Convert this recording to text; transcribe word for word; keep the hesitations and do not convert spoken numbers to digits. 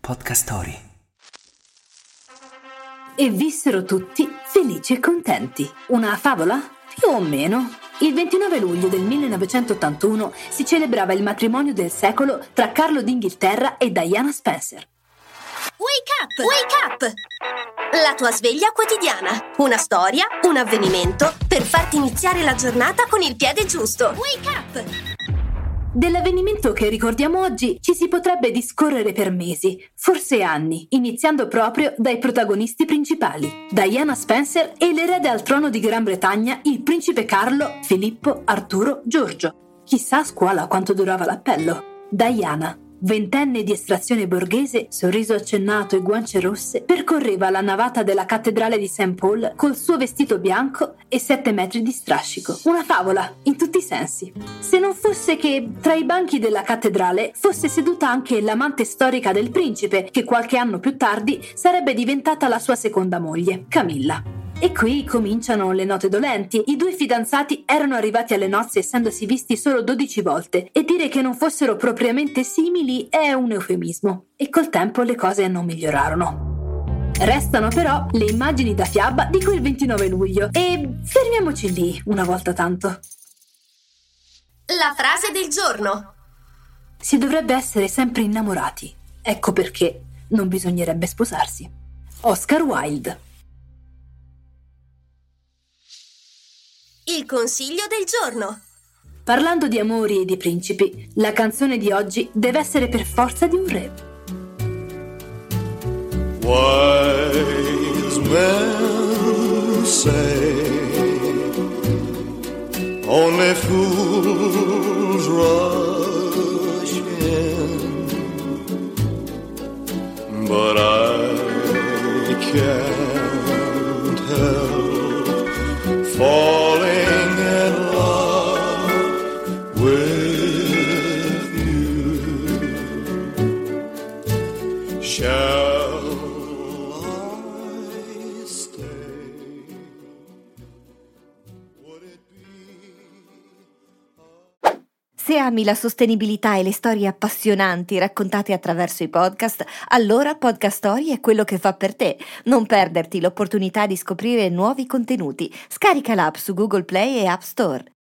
Podcast Story. E vissero tutti felici e contenti. Una favola? Più o meno. Il ventinove luglio del millenovecentottantuno si celebrava il matrimonio del secolo tra Carlo d'Inghilterra e Diana Spencer. Wake up! Wake up! La tua sveglia quotidiana. Una storia, un avvenimento per farti iniziare la giornata con il piede giusto. Wake up! Dell'avvenimento che ricordiamo oggi ci si potrebbe discorrere per mesi, forse anni, iniziando proprio dai protagonisti principali. Diana Spencer e l'erede al trono di Gran Bretagna, il principe Carlo Filippo Arturo Giorgio. Chissà a scuola quanto durava l'appello. Diana, ventenne di estrazione borghese, sorriso accennato e guance rosse, percorreva la navata della cattedrale di Saint Paul col suo vestito bianco e sette metri di strascico. Una favola, in tutti i sensi. Se non fosse che tra i banchi della cattedrale fosse seduta anche l'amante storica del principe, che qualche anno più tardi sarebbe diventata la sua seconda moglie, Camilla. E qui cominciano le note dolenti. I due fidanzati erano arrivati alle nozze essendosi visti solo dodici volte, e dire che non fossero propriamente simili è un eufemismo. E col tempo le cose non migliorarono. Restano però le immagini da fiaba di quel ventinove luglio e fermiamoci lì una volta tanto. La frase del giorno. Si dovrebbe essere sempre innamorati. Ecco perché non bisognerebbe sposarsi. Oscar Wilde. Il consiglio del giorno. Parlando di amori e di principi, la canzone di oggi deve essere per forza di un re. Wise men say only fools rush in, but I can't help falling in love with you. Shall I stay? Would it be? Se ami la sostenibilità e le storie appassionanti raccontate attraverso i podcast, allora Podcast Story è quello che fa per te. Non perderti l'opportunità di scoprire nuovi contenuti. Scarica l'app su Google Play e App Store.